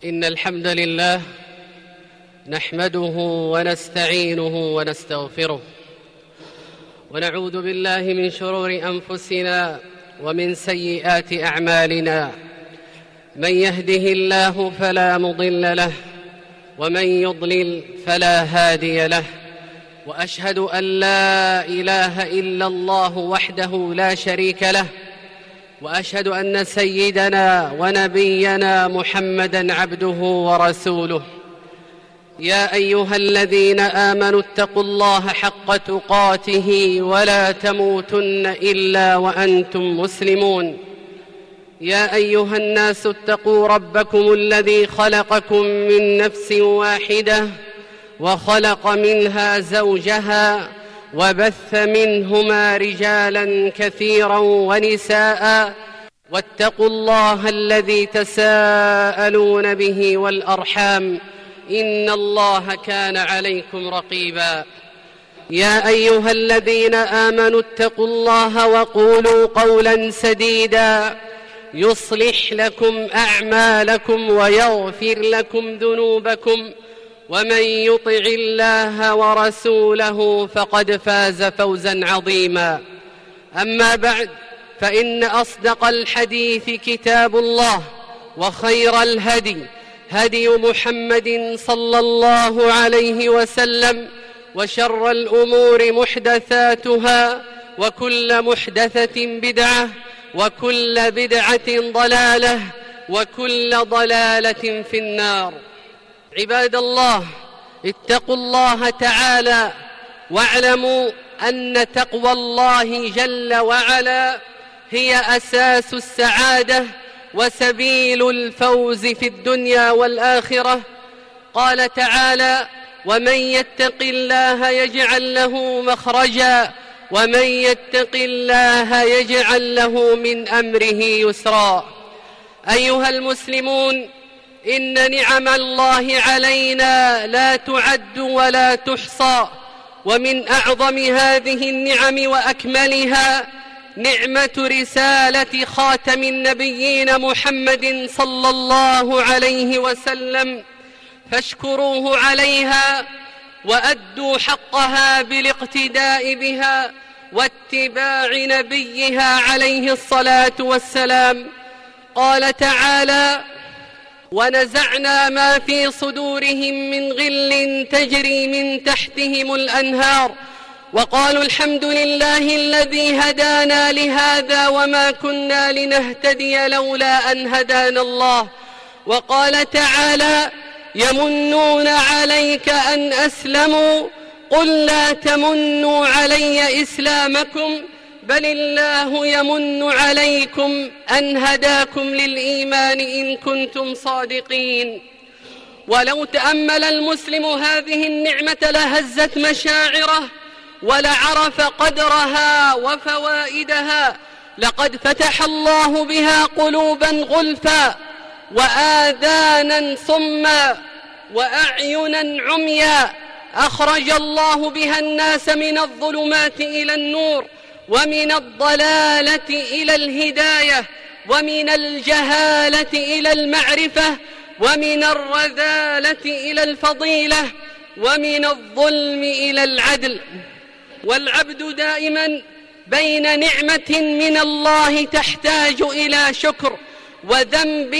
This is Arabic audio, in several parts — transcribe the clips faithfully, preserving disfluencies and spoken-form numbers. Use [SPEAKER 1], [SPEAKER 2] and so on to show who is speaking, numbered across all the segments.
[SPEAKER 1] إن الحمد لله نحمده ونستعينه ونستغفره ونعوذ بالله من شرور أنفسنا ومن سيئات أعمالنا. من يهده الله فلا مضل له ومن يضلل فلا هادي له، وأشهد أن لا إله إلا الله وحده لا شريك له، وأشهد أن سيدنا ونبينا محمدًا عبده ورسوله. يا أيها الذين آمنوا اتقوا الله حق تقاته ولا تموتن إلا وأنتم مسلمون. يا أيها الناس اتقوا ربكم الذي خلقكم من نفس واحدة وخلق منها زوجها وبث منهما رجالا كثيرا ونساء، واتقوا الله الذي تساءلون به والأرحام إن الله كان عليكم رقيبا. يا أيها الذين آمنوا اتقوا الله وقولوا قولا سديدا يصلح لكم أعمالكم ويغفر لكم ذنوبكم، ومن يطع الله ورسوله فقد فاز فوزا عظيما. أما بعد، فإن أصدق الحديث كتاب الله، وخير الهدي هدي محمد صلى الله عليه وسلم، وشر الأمور محدثاتها، وكل محدثة بدعة، وكل بدعة ضلالة، وكل ضلالة في النار. عباد الله، اتقوا الله تعالى واعلموا أن تقوى الله جل وعلا هي أساس السعادة وسبيل الفوز في الدنيا والآخرة. قال تعالى: ومن يتق الله يجعل له مخرجا ومن يتق الله يجعل له من أمره يسرا. أيها المسلمون، إن نعم الله علينا لا تعد ولا تحصى، ومن أعظم هذه النعم وأكملها نعمة رسالة خاتم النبيين محمد صلى الله عليه وسلم، فاشكروه عليها وأدوا حقها بالاقتداء بها واتباع نبيها عليه الصلاة والسلام. قال تعالى: ونزعنا ما في صدورهم من غل تجري من تحتهم الأنهار وقالوا الحمد لله الذي هدانا لهذا وما كنا لنهتدي لولا أن هدانا الله. وقال تعالى: يمنون عليك أن أسلموا قل لا تمنوا علي إسلامكم بل الله يمن عليكم أن هداكم للإيمان إن كنتم صادقين. ولو تأمل المسلم هذه النعمة لهزت مشاعره ولعرف قدرها وفوائدها. لقد فتح الله بها قلوبا غلفا وآذانا صما وأعينا عميا، أخرج الله بها الناس من الظلمات إلى النور، ومن الضلالة إلى الهداية، ومن الجهالة إلى المعرفة، ومن الرذالة إلى الفضيلة، ومن الظلم إلى العدل. والعبد دائما بين نعمة من الله تحتاج إلى شكر، وذنب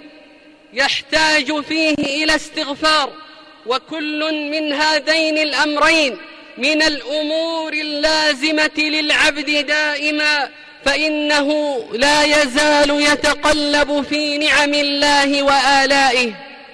[SPEAKER 1] يحتاج فيه إلى استغفار، وكل من هذين الأمرين من الأمور اللازمة للعبد دائما، فإنه لا يزال يتقلب في نعم الله وآلائه.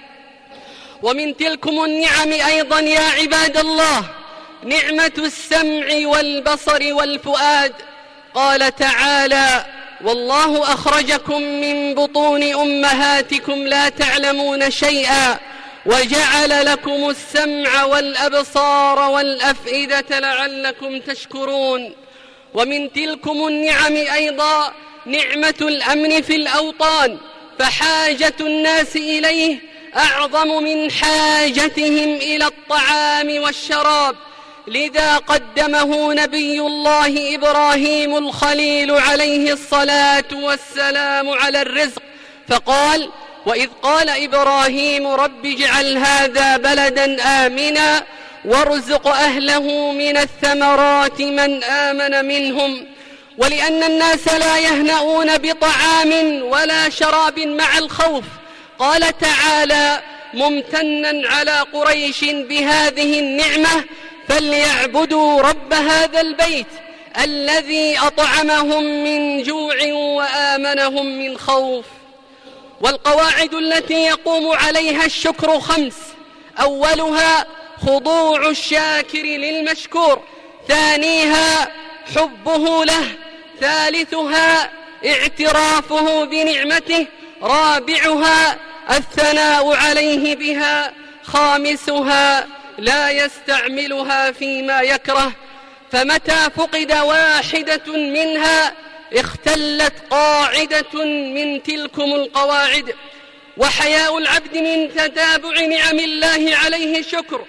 [SPEAKER 1] ومن تلكم النعم أيضا يا عباد الله نعمة السمع والبصر والفؤاد. قال تعالى: والله أخرجكم من بطون أمهاتكم لا تعلمون شيئا وجعل لكم السمع والأبصار والأفئدة لعلكم تشكرون. ومن تلكم النعم أيضا نعمة الأمن في الأوطان، فحاجة الناس إليه أعظم من حاجتهم إلى الطعام والشراب، لذا قدمه نبي الله إبراهيم الخليل عليه الصلاة والسلام على الرزق، فقال: وإذ قال إبراهيم رب اجعل هذا بلدا آمنا وارزق أهله من الثمرات من آمن منهم. ولأن الناس لا يهنؤون بطعام ولا شراب مع الخوف، قال تعالى ممتنا على قريش بهذه النعمة فليعبدوا رب هذا البيت الذي أطعمهم من جوع وآمنهم من خوف. والقواعد التي يقوم عليها الشكر خمس: أولها خضوع الشاكر للمشكور، ثانيها حبه له، ثالثها اعترافه بنعمته، رابعها الثناء عليه بها، خامسها لا يستعملها فيما يكره، فمتى فقد واحدة منها اختلت قاعدة من تلكم القواعد. وحياء العبد من تتابع نعم الله عليه شكر،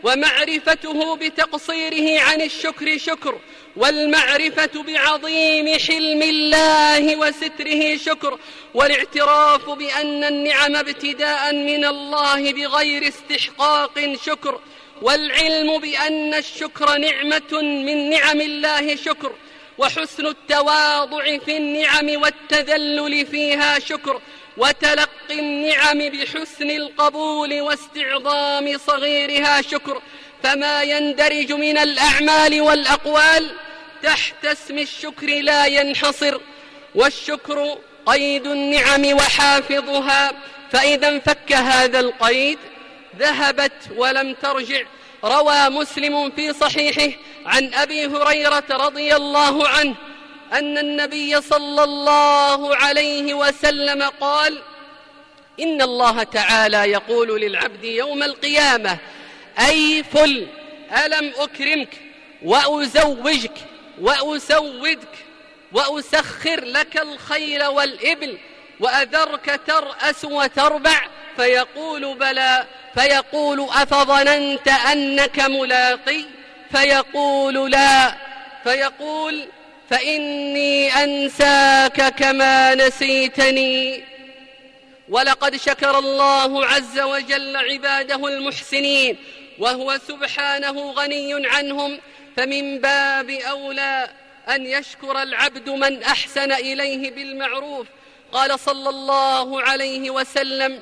[SPEAKER 1] ومعرفته بتقصيره عن الشكر شكر، والمعرفة بعظيم حلم الله وستره شكر، والاعتراف بأن النعم ابتداء من الله بغير استحقاق شكر، والعلم بأن الشكر نعمة من نعم الله شكر، وحسن التواضع في النعم والتذلل فيها شكر، وتلقي النعم بحسن القبول واستعظام صغيرها شكر. فما يندرج من الأعمال والأقوال تحت اسم الشكر لا ينحصر، والشكر قيد النعم وحافظها، فإذا انفك هذا القيد ذهبت ولم ترجع. روى مسلم في صحيحه عن أبي هريرة رضي الله عنه أن النبي صلى الله عليه وسلم قال: إن الله تعالى يقول للعبد يوم القيامة: أي فل ألم أكرمك وأزوجك وأسودك وأسخر لك الخيل والإبل وأذرك ترأس وتربع؟ فيقول: بلى. فيقول: أفظننت أنك ملاقي؟ فيقول: لا. فيقول: فإني أنساك كما نسيتني. ولقد شكر الله عز وجل عباده المحسنين وهو سبحانه غني عنهم، فمن باب أولى أن يشكر العبد من أحسن إليه بالمعروف. قال صلى الله عليه وسلم: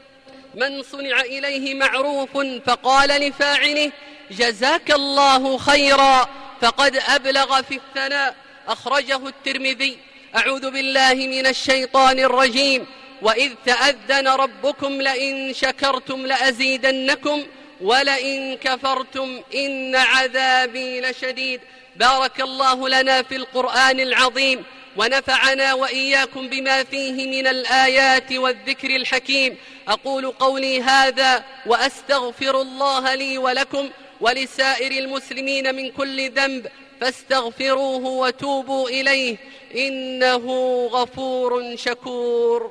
[SPEAKER 1] من صنع إليه معروف فقال لفاعله جزاك الله خيرا فقد أبلغ في الثناء. أخرجه الترمذي. أعوذ بالله من الشيطان الرجيم. وإذ تأذن ربكم لئن شكرتم لأزيدنكم ولئن كفرتم إن عذابي لشديد. بارك الله لنا في القرآن العظيم، ونفعنا وإياكم بما فيه من الآيات والذكر الحكيم. أقول قولي هذا وأستغفر الله لي ولكم ولسائر المسلمين من كل ذنب، فاستغفروه وتوبوا إليه إنه غفور شكور.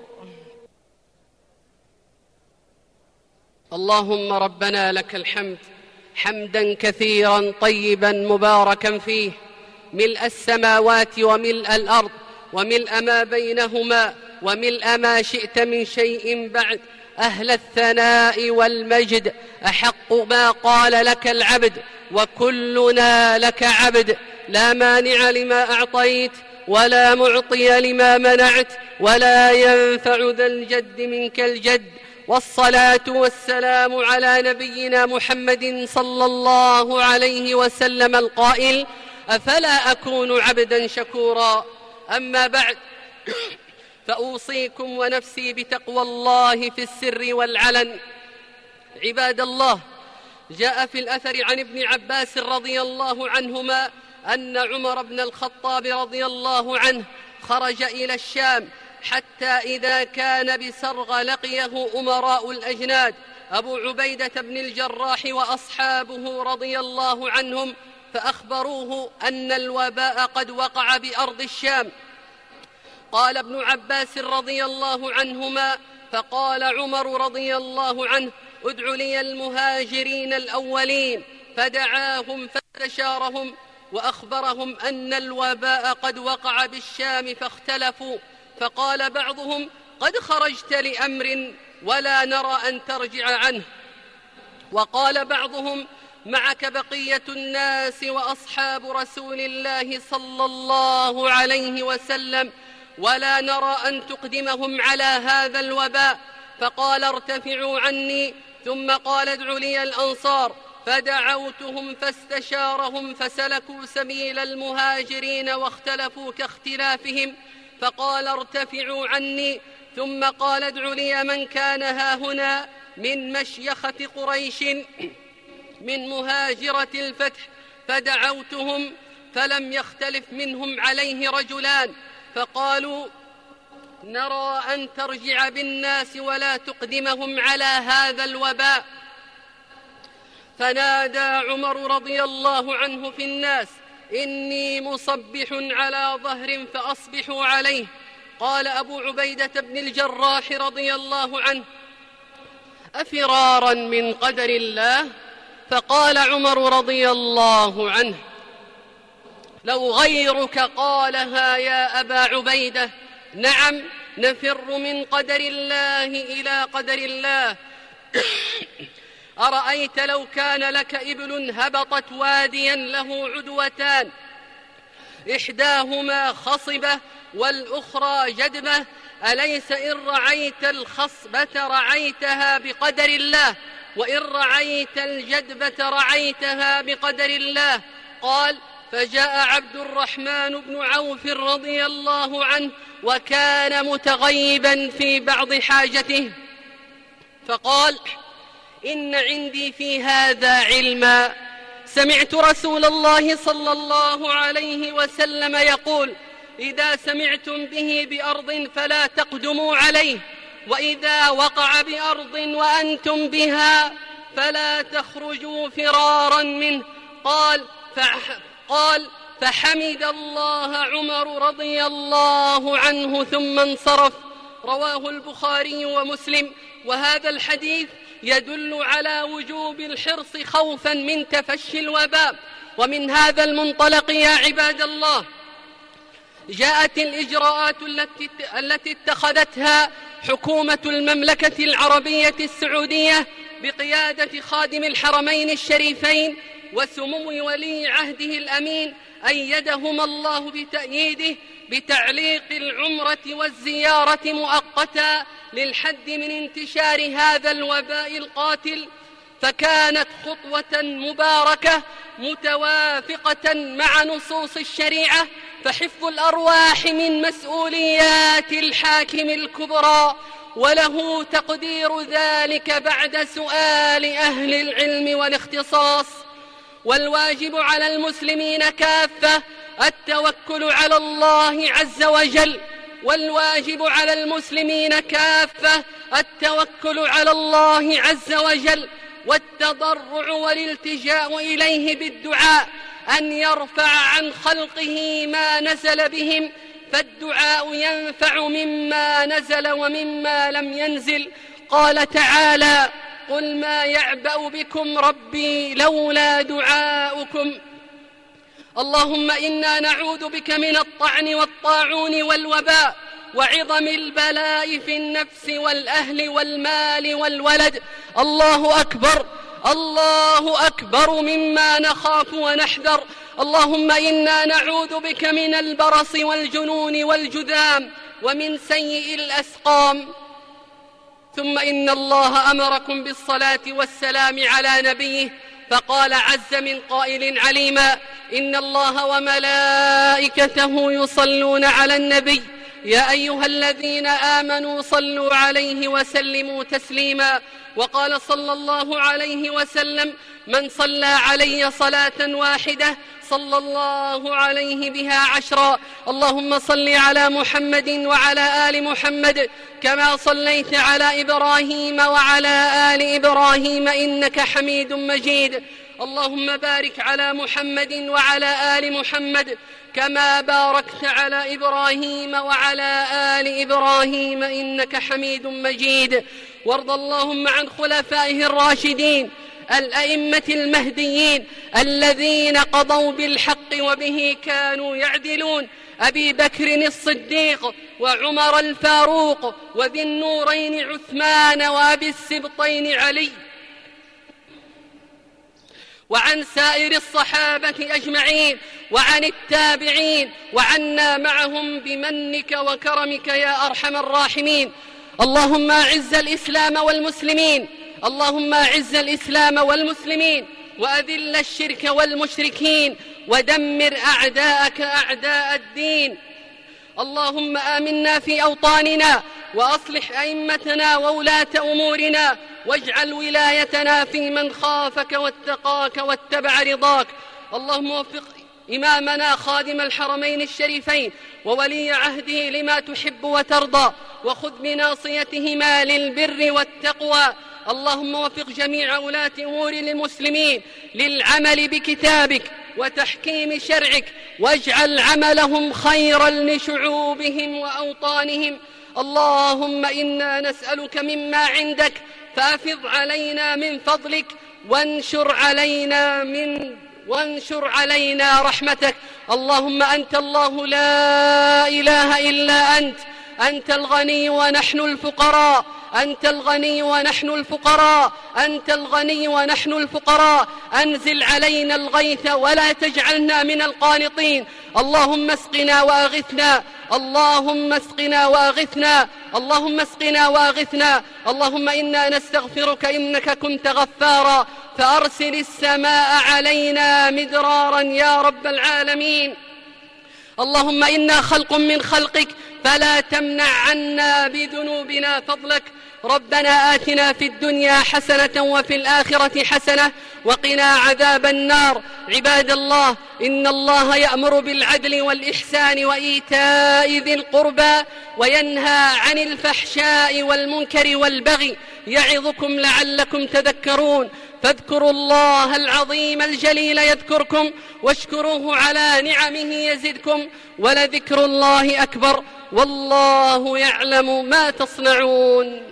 [SPEAKER 1] اللهم ربنا لك الحمد حمدا كثيرا طيبا مباركا فيه، ملء السماوات وملء الأرض وملء ما بينهما وملء ما شئت من شيء بعد، أهل الثناء والمجد، أحق ما قال لك العبد وكلنا لك عبد، لا مانع لما أعطيت ولا معطي لما منعت ولا ينفع ذا الجد منك الجد. والصلاة والسلام على نبينا محمد صلى الله عليه وسلم القائل: أفلا أكون عبدا شكورا؟ أما بعد، فأوصيكم ونفسي بتقوى الله في السر والعلن. عباد الله، جاء في الأثر عن ابن عباس رضي الله عنهما أن عمر بن الخطاب رضي الله عنه خرج إلى الشام، حتى إذا كان بسرغ لقيه أمراء الأجناد أبو عبيدة بن الجراح وأصحابه رضي الله عنهم، فأخبروه أن الوباء قد وقع بأرض الشام. قال ابن عباس رضي الله عنهما: فقال عمر رضي الله عنه: ادع لي المهاجرين الأولين، فدعاهم فاستشارهم وأخبرهم أن الوباء قد وقع بالشام، فاختلفوا، فقال بعضهم: قد خرجت لأمر ولا نرى أن ترجع عنه. وقال بعضهم: معك بقية الناس وأصحاب رسول الله صلى الله عليه وسلم، ولا نرى أن تقدمهم على هذا الوباء. فقال: ارتفعوا عني. ثم قال: ادعوا لي الأنصار. فدعوتهم فاستشارهم فسلكوا سبيل المهاجرين واختلفوا كاختلافهم. فقال: ارتفعوا عني. ثم قال: ادعوا لي من كان هاهنا من مشيخة قريش من مهاجرة الفتح. فدعوتهم فلم يختلف منهم عليه رجلان، فقالوا: نرى أن ترجع بالناس ولا تقدمهم على هذا الوباء. فنادى عمر رضي الله عنه في الناس: إني مصبح على ظهر فأصبحوا عليه. قال أبو عبيدة بن الجراح رضي الله عنه: أفرارا من قدر الله؟ فقال عمر رضي الله عنه: لو غيرك قالها يا أبا عبيدة. نعم، نفر من قدر الله إلى قدر الله. أرأيت لو كان لك إبل هبطت واديا له عدوتان، إحداهما خصبة والأخرى جدبة، أليس إن رعيت الخصبة رعيتها بقدر الله، وإن رعيت الجدبة رعيتها بقدر الله؟ قال: فجاء عبد الرحمن بن عوف رضي الله عنه وكان متغيبا في بعض حاجته، فقال: إن عندي في هذا علما. سمعت رسول الله صلى الله عليه وسلم يقول: إذا سمعتم به بأرض فلا تقدموا عليه، وإذا وقع بأرض وأنتم بها فلا تخرجوا فرارا منه. قال فح قال فحمد الله عمر رضي الله عنه ثم انصرف. رواه البخاري ومسلم. وهذا الحديث يدل على وجوب الحرص خوفا من تفشي الوباء. ومن هذا المنطلق يا عباد الله جاءت الإجراءات التي التي اتخذتها حكومة المملكة العربية السعودية بقيادة خادم الحرمين الشريفين وسمو ولي عهده الأمين أيدهما الله بتأييده بتعليق العمرة والزيارة مؤقتا للحد من انتشار هذا الوباء القاتل. فكانت خطوة مباركة متوافقة مع نصوص الشريعة، فحفظ الأرواح من مسؤوليات الحاكم الكبرى، وله تقدير ذلك بعد سؤال أهل العلم والاختصاص. والواجب على المسلمين كافة التوكل على الله عز وجل والواجب على المسلمين كافة التوكل على الله عز وجل والتضرع والالتجاء إليه بالدعاء أن يرفع عن خلقه ما نزل بهم، فالدعاء ينفع مما نزل ومما لم ينزل. قال تعالى: قل ما يعبأ بكم ربي لولا دعاؤكم. اللهم إنا نعوذ بك من الطعن والطاعون والوباء وعظم البلاء في النفس والأهل والمال والولد. الله أكبر، الله أكبر مما نخاف ونحذر. اللهم إنا نعوذ بك من البرص والجنون والجذام ومن سيء الأسقام. ثم إن الله أمركم بالصلاة والسلام على نبيه، فقال عز من قائل عليما: إن الله وملائكته يصلون على النبي يا أيها الذين آمنوا صلوا عليه وسلموا تسليما. وقال صلى الله عليه وسلم: من صلى علي صلاة واحدة صلى الله عليه بها عشرا. اللهم صل على محمد وعلى آل محمد كما صليت على إبراهيم وعلى آل إبراهيم إنك حميد مجيد. اللهم بارك على محمد وعلى آل محمد كما باركت على إبراهيم وعلى آل إبراهيم إنك حميد مجيد. وارض اللهم عن خلفائه الراشدين الأئمة المهديين الذين قضوا بالحق وبه كانوا يعدلون، أبي بكر الصديق وعمر الفاروق وذي النورين عثمان وأبي السبطين علي، وعن سائر الصحابة أجمعين، وعن التابعين، وعنا معهم بمنك وكرمك يا أرحم الراحمين. اللهم أعز الإسلام والمسلمين، اللهم أعز الإسلام والمسلمين، وأذل الشرك والمشركين، ودمر أعداءك أعداء الدين. اللهم آمنا في أوطاننا، وأصلح أئمتنا وولاة أمورنا، واجعل ولايتنا في من خافك واتقاك واتبع رضاك. اللهم وفق إمامنا خادم الحرمين الشريفين وولي عهده لما تحب وترضى، وخذ بناصيتهما للبر والتقوى. اللهم وفق جميع ولاة أمور المسلمين للعمل بكتابك وتحكيم شرعك، واجعل عملهم خيرا لشعوبهم وأوطانهم. اللهم إنا نسألك مما عندك فأفض علينا من فضلك، وانشر علينا من وانشر علينا رحمتك. اللهم أنت الله لا إله إلا أنت، أنت الغني ونحن الفقراء، أنت الغني ونحن الفقراء، أنت الغني ونحن الفقراء. أنزل علينا الغيث ولا تجعلنا من القانطين. اللهم اسقنا وأغثنا، اللهم اسقنا وأغثنا، اللهم اسقنا وأغثنا. اللهم إنا نستغفرك إنك كنت غفارا، فأرسل السماء علينا مدرارا يا رب العالمين. اللهم إنا خلق من خلقك فلا تمنع عنا بذنوبنا فضلك. ربنا آتنا في الدنيا حسنة وفي الآخرة حسنة وقنا عذاب النار. عباد الله، إن الله يأمر بالعدل والإحسان وإيتاء ذي القربى وينهى عن الفحشاء والمنكر والبغي، يعظكم لعلكم تذكرون. فاذكروا الله العظيم الجليل يذكركم، واشكروه على نعمه يزدكم، ولذكر الله أكبر، والله يعلم ما تصنعون.